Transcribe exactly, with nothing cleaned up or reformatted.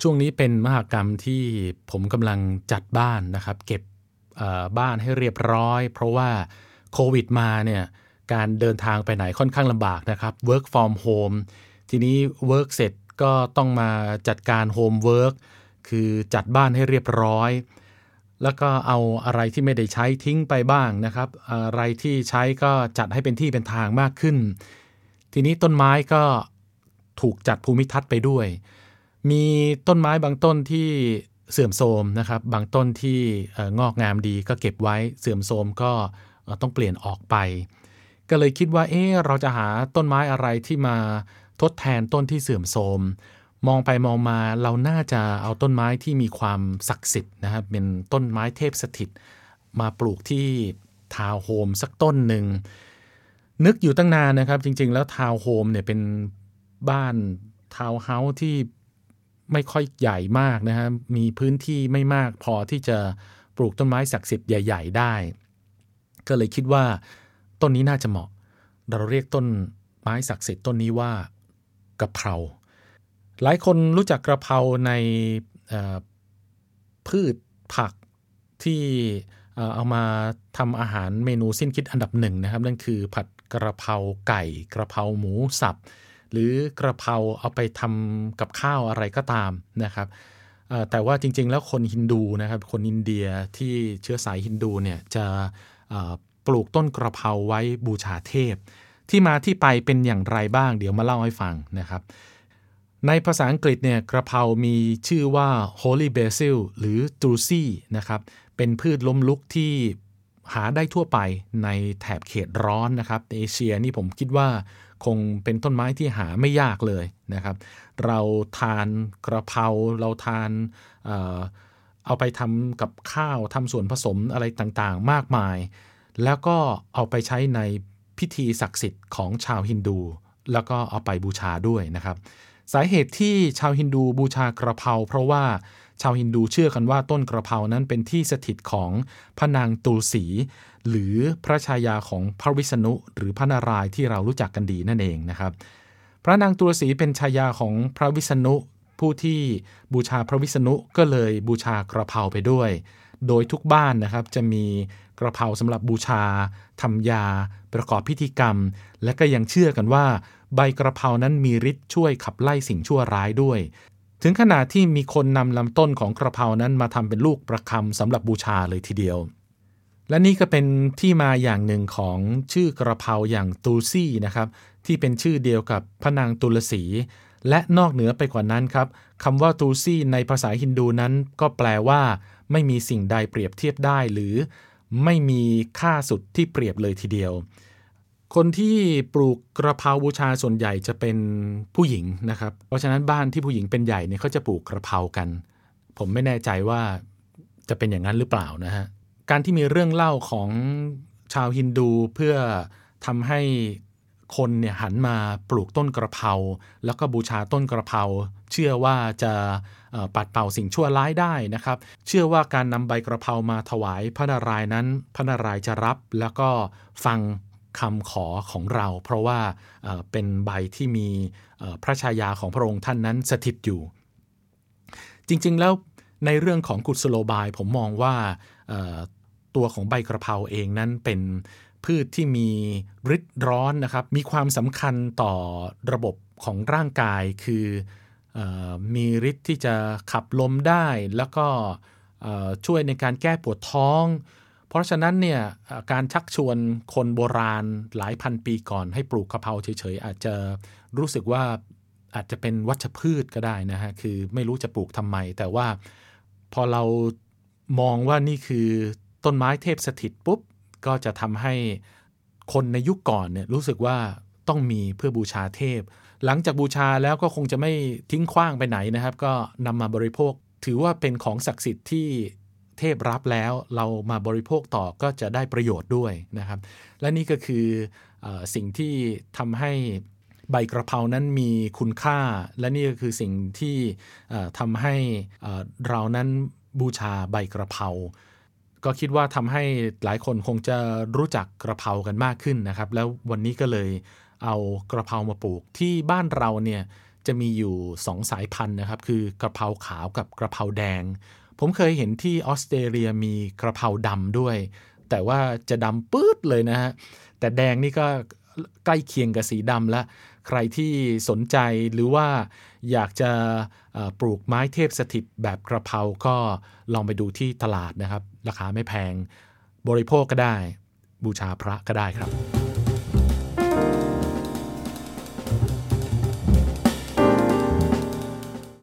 ช่วงนี้เป็นมหกรรมที่ผมกำลังจัดบ้านนะครับเก็บบ้านให้เรียบร้อยเพราะว่าโควิดมาเนี่ยการเดินทางไปไหนค่อนข้างลำบากนะครับ work from home ทีนี้ work เสร็จก็ต้องมาจัดการ home work คือจัดบ้านให้เรียบร้อยแล้วก็เอาอะไรที่ไม่ได้ใช้ทิ้งไปบ้างนะครับอะไรที่ใช้ก็จัดให้เป็นที่เป็นทางมากขึ้นทีนี้ต้นไม้ก็ถูกจัดภูมิทัศน์ไปด้วยมีต้นไม้บางต้นที่เสื่อมโทรมนะครับบางต้นที่งอกงามดีก็เก็บไว้เสื่อมโทรมก็ต้องเปลี่ยนออกไปก็เลยคิดว่าเอ๊ะเราจะหาต้นไม้อะไรที่มาทดแทนต้นที่เสื่อมโทรมมองไปมองมาเราน่าจะเอาต้นไม้ที่มีความศักดิ์สิทธิ์นะครับเป็นต้นไม้เทพสถิตมาปลูกที่ทาวน์โฮมสักต้นหนึ่งนึกอยู่ตั้งนานนะครับจริงๆแล้วทาวน์โฮมเนี่ยเป็นบ้านทาวน์เฮ้าส์ที่ไม่ค่อยใหญ่มากนะฮะมีพื้นที่ไม่มากพอที่จะปลูกต้นไม้ศักดิ์สิทธิ์ใหญ่ๆได้ก็เลยคิดว่าต้นนี้น่าจะเหมาะเราเรียกต้นไม้ศักดิ์สิทธิ์ต้นนี้ว่ากะเพราหลายคนรู้จักกะเพราในพืชผักที่เอามาทำอาหารเมนูสิ้นคิดอันดับหนึ่งนะครับนั่นคือผัดกระเพราไก่กระเพราหมูสับหรือกระเพราเอาไปทำกับข้าวอะไรก็ตามนะครับแต่ว่าจริงๆแล้วคนฮินดูนะครับคนอินเดียที่เชื้อสายฮินดูเนี่ยจะปลูกต้นกระเพราไว้บูชาเทพที่มาที่ไปเป็นอย่างไรบ้างเดี๋ยวมาเล่าให้ฟังนะครับในภาษาอังกฤษเนี่ยกระเพรามีชื่อว่า Holy Basil หรือ Tulsi นะครับเป็นพืชล้มลุกที่หาได้ทั่วไปในแถบเขตร้อนนะครับในเอเชียนี่ผมคิดว่าคงเป็นต้นไม้ที่หาไม่ยากเลยนะครับเราทานกระเพราเราทานเอ่อเอาไปทำกับข้าวทำส่วนผสมอะไรต่างๆมากมายแล้วก็เอาไปใช้ในพิธีศักดิ์สิทธิ์ของชาวฮินดูแล้วก็เอาไปบูชาด้วยนะครับสาเหตุที่ชาวฮินดูบูชากระเพราเพราะว่าชาวฮินดูเชื่อกันว่าต้นกระเพรานั้นเป็นที่สถิตของพระนางตุลสีหรือพระชายาของพระวิษณุหรือพระนารายณ์ที่เรารู้จักกันดีนั่นเองนะครับพระนางตุลสีเป็นชายาของพระวิษณุผู้ที่บูชาพระวิษณุก็เลยบูชากระเพราไปด้วยโดยทุกบ้านนะครับจะมีกระเพราสำหรับบูชาทำยาประกอบพิธีกรรมและก็ยังเชื่อกันว่าใบกระเพรานั้นมีฤทธิ์ช่วยขับไล่สิ่งชั่วร้ายด้วยถึงขนาดที่มีคนนำลำต้นของกระเพรานั้นมาทำเป็นลูกประคำสำหรับบูชาเลยทีเดียวและนี่ก็เป็นที่มาอย่างหนึ่งของชื่อกระเพราอย่างตูซี่นะครับที่เป็นชื่อเดียวกับพระนางตุลสีและนอกเหนือไปกว่านั้นครับคำว่าตูซี่ในภาษาฮินดูนั้นก็แปลว่าไม่มีสิ่งใดเปรียบเทียบได้หรือไม่มีค่าสุดที่เปรียบเลยทีเดียวคนที่ปลูกกระเพราบูชาส่วนใหญ่จะเป็นผู้หญิงนะครับเพราะฉะนั้นบ้านที่ผู้หญิงเป็นใหญ่เนี่ยเขาจะปลูกกระเพรากันผมไม่แน่ใจว่าจะเป็นอย่างนั้นหรือเปล่านะฮะการที่มีเรื่องเล่าของชาวฮินดูเพื่อทำให้คนเนี่ยหันมาปลูกต้นกระเพราแล้วก็บูชาต้นกระเพราเชื่อว่าจะปัดเป่าสิ่งชั่วร้ายได้นะครับเชื่อว่าการนำใบกระเพรามาถวายพระนารายณ์นั้นพระนารายณ์จะรับแล้วก็ฟังคำขอของเราเพราะว่าเอ่อเป็นใบที่มีพระชายาของพระองค์ท่านนั้นสถิตอยู่จริงๆแล้วในเรื่องของกุศโลบายผมมองว่าตัวของใบกระเพราเองนั้นเป็นพืชที่มีฤทธิ์ร้อนนะครับมีความสำคัญต่อระบบของร่างกายคือมีฤทธิ์ที่จะขับลมได้แล้วก็ช่วยในการแก้ปวดท้องเพราะฉะนั้นเนี่ยการชักชวนคนโบราณหลายพันปีก่อนให้ปลูกกะเพราเฉยๆอาจจะรู้สึกว่าอาจจะเป็นวัชพืชก็ได้นะฮะคือไม่รู้จะปลูกทำไมแต่ว่าพอเรามองว่านี่คือต้นไม้เทพสถิตปุ๊บก็จะทำให้คนในยุคก่อนเนี่ยรู้สึกว่าต้องมีเพื่อบูชาเทพหลังจากบูชาแล้วก็คงจะไม่ทิ้งขว้างไปไหนนะครับก็นำมาบริโภคถือว่าเป็นของศักดิ์สิทธิ์ที่เทพรับแล้วเรามาบริโภคต่อก็จะได้ประโยชน์ด้วยนะครับและนี่ก็คือเอ่อสิ่งที่ทำให้ใบกระเพรานั้นมีคุณค่าและนี่ก็คือสิ่งที่เอ่อทำให้เอ่อเรานั้นบูชาใบกระเพราก็คิดว่าทำให้หลายคนคงจะรู้จักกระเพรากันมากขึ้นนะครับแล้ววันนี้ก็เลยเอากระเพรามาปลูกที่บ้านเราเนี่ยจะมีอยู่สองสายพันธุ์นะครับคือกระเพราขาวกับกระเพราแดงผมเคยเห็นที่ออสเตรเลียมีกระเพราดำด้วยแต่ว่าจะดำปื๊ดเลยนะฮะแต่แดงนี่ก็ใกล้เคียงกับสีดำแล้วใครที่สนใจหรือว่าอยากจะปลูกไม้เทพสถิตแบบกระเพราก็ลองไปดูที่ตลาดนะครับราคาไม่แพงบริโภคก็ได้บูชาพระก็ได้ครับ